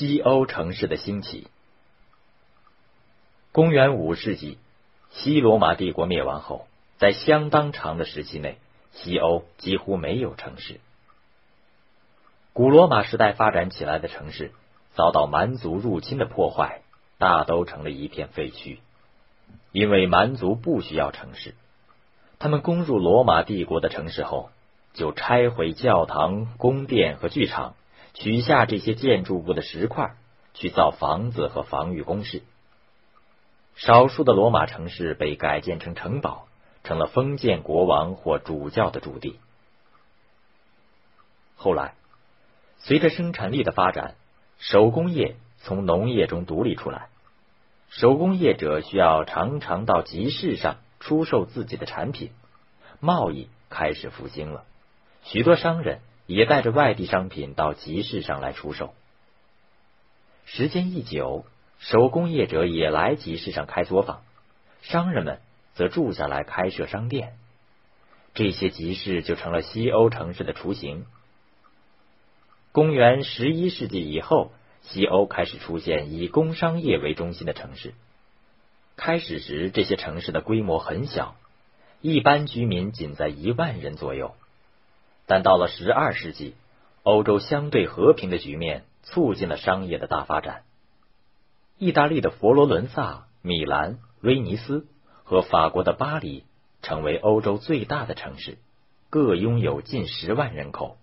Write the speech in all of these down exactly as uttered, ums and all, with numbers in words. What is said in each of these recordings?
西欧城市的兴起。公元五世纪，西罗马帝国灭亡后，在相当长的时期内，西欧几乎没有城市。古罗马时代发展起来的城市，遭到蛮族入侵的破坏，大都成了一片废墟。因为蛮族不需要城市，他们攻入罗马帝国的城市后，就拆毁教堂、宫殿和剧场，取下这些建筑物的石块，去造房子和防御工事。少数的罗马城市被改建成城堡，成了封建国王或主教的驻地。后来，随着生产力的发展，手工业从农业中独立出来，手工业者需要常常到集市上出售自己的产品，贸易开始复兴了，许多商人也带着外地商品到集市上来出售。时间一久，手工业者也来集市上开作坊，商人们则住下来开设商店，这些集市就成了西欧城市的雏形。公元十一世纪以后，西欧开始出现以工商业为中心的城市。开始时，这些城市的规模很小，一般居民仅在一万人左右。但到了十二世纪，欧洲相对和平的局面促进了商业的大发展。意大利的佛罗伦萨、米兰、威尼斯和法国的巴黎成为欧洲最大的城市，各拥有近十万人口。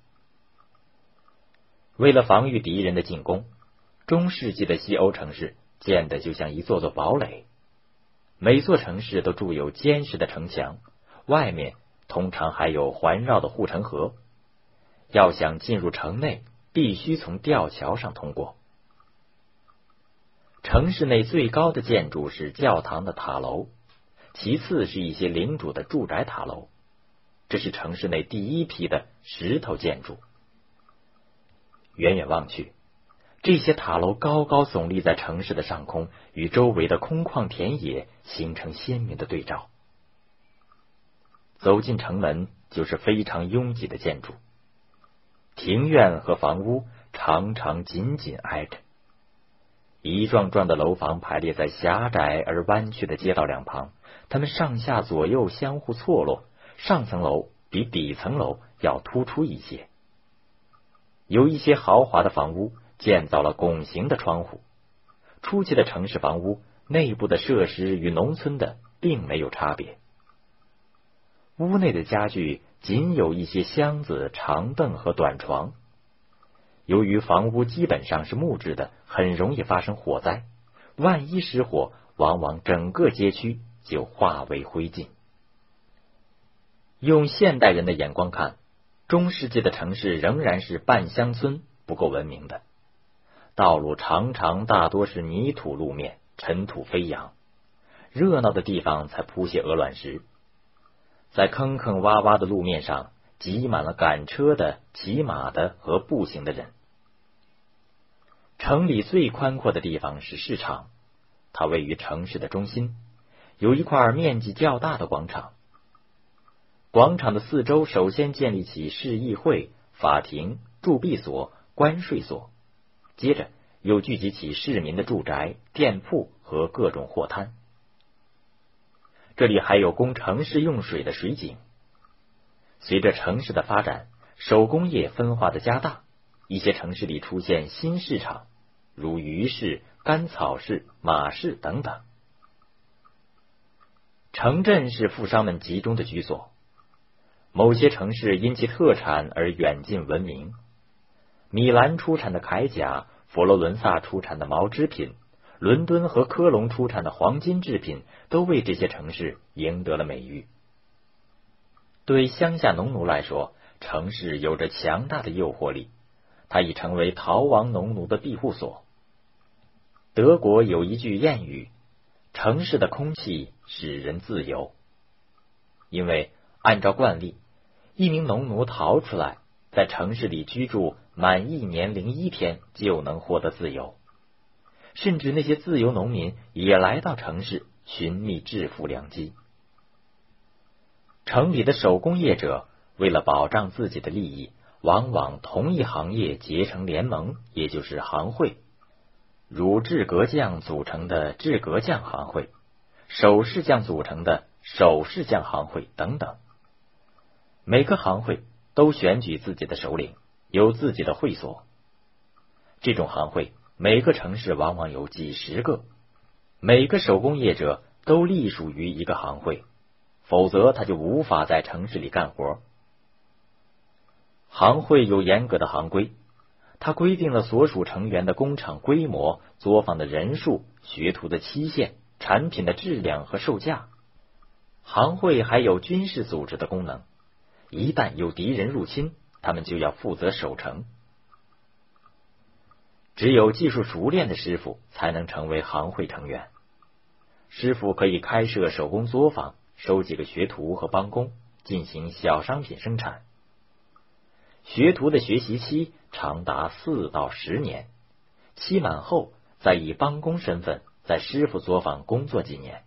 为了防御敌人的进攻，中世纪的西欧城市建得就像一座座堡垒，每座城市都筑有坚实的城墙，外面通常还有环绕的护城河。要想进入城内，必须从吊桥上通过。城市内最高的建筑是教堂的塔楼，其次是一些领主的住宅塔楼，这是城市内第一批的石头建筑。远远望去，这些塔楼高高耸立在城市的上空，与周围的空旷田野形成鲜明的对照。走进城门，就是非常拥挤的建筑，庭院和房屋常常紧紧挨着，一幢幢的楼房排列在狭窄而弯曲的街道两旁，它们上下左右相互错落，上层楼比底层楼要突出一些。有一些豪华的房屋建造了拱形的窗户，初期的城市房屋内部的设施与农村的并没有差别。屋内的家具仅有一些箱子、长凳和短床。由于房屋基本上是木质的，很容易发生火灾，万一失火，往往整个街区就化为灰烬。用现代人的眼光看，中世纪的城市仍然是半乡村，不够文明的。道路常常大多是泥土路面，尘土飞扬，热闹的地方才铺些鹅卵石。在坑坑洼洼的路面上挤满了赶车的、骑马的和步行的人。城里最宽阔的地方是市场，它位于城市的中心，有一块面积较大的广场。广场的四周首先建立起市议会、法庭、铸币所、关税所，接着又聚集起市民的住宅、店铺和各种货摊。这里还有供城市用水的水井。随着城市的发展，手工业分化的加大，一些城市里出现新市场，如鱼市、甘草市、马市等等。城镇是富商们集中的居所，某些城市因其特产而远近闻名。米兰出产的铠甲，佛罗伦萨出产的毛织品，伦敦和科隆出产的黄金制品，都为这些城市赢得了美誉。对乡下农奴来说，城市有着强大的诱惑力，它已成为逃亡农奴的庇护所。德国有一句谚语：城市的空气使人自由。因为按照惯例，一名农奴逃出来，在城市里居住满一年零一天就能获得自由。甚至那些自由农民也来到城市寻觅致富良机。城里的手工业者为了保障自己的利益，往往同一行业结成联盟，也就是行会， 如制革匠组成的制革匠行会，首饰匠组成的首饰匠行会等等。每个行会都选举自己的首领，有自己的会所。这种行会每个城市往往有几十个，每个手工业者都隶属于一个行会，否则他就无法在城市里干活。行会有严格的行规，它规定了所属成员的工厂规模、作坊的人数、学徒的期限、产品的质量和售价。行会还有军事组织的功能，一旦有敌人入侵，他们就要负责守城。只有技术熟练的师傅才能成为行会成员。师傅可以开设手工作坊，收几个学徒和帮工，进行小商品生产。学徒的学习期长达四到十年，期满后再以帮工身份在师傅作坊工作几年。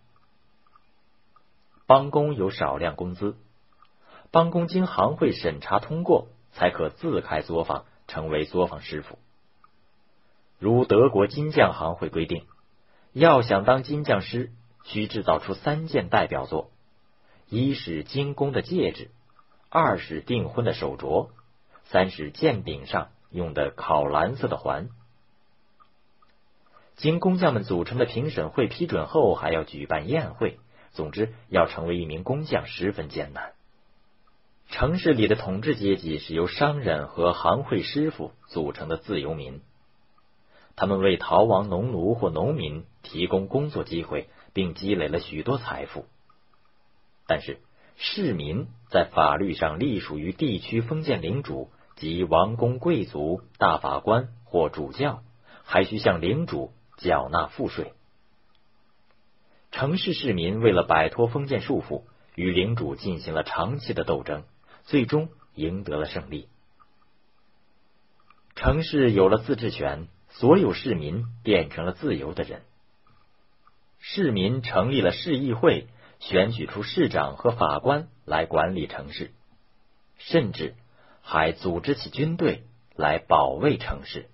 帮工有少量工资，帮工经行会审查通过，才可自开作坊，成为作坊师傅。如德国金匠行会规定，要想当金匠师，需制造出三件代表作：一是精工的戒指，二是订婚的手镯，三是剑柄上用的烤蓝色的环。经工匠们组成的评审会批准后，还要举办宴会。总之，要成为一名工匠十分艰难。城市里的统治阶级是由商人和行会师傅组成的自由民，他们为逃亡农奴或农民提供工作机会，并积累了许多财富。但是市民在法律上隶属于地区封建领主及王公贵族、大法官或主教，还需向领主缴纳赋税。城市市民为了摆脱封建束缚，与领主进行了长期的斗争，最终赢得了胜利。城市有了自治权，所有市民变成了自由的人。市民成立了市议会，选举出市长和法官来管理城市，甚至还组织起军队来保卫城市。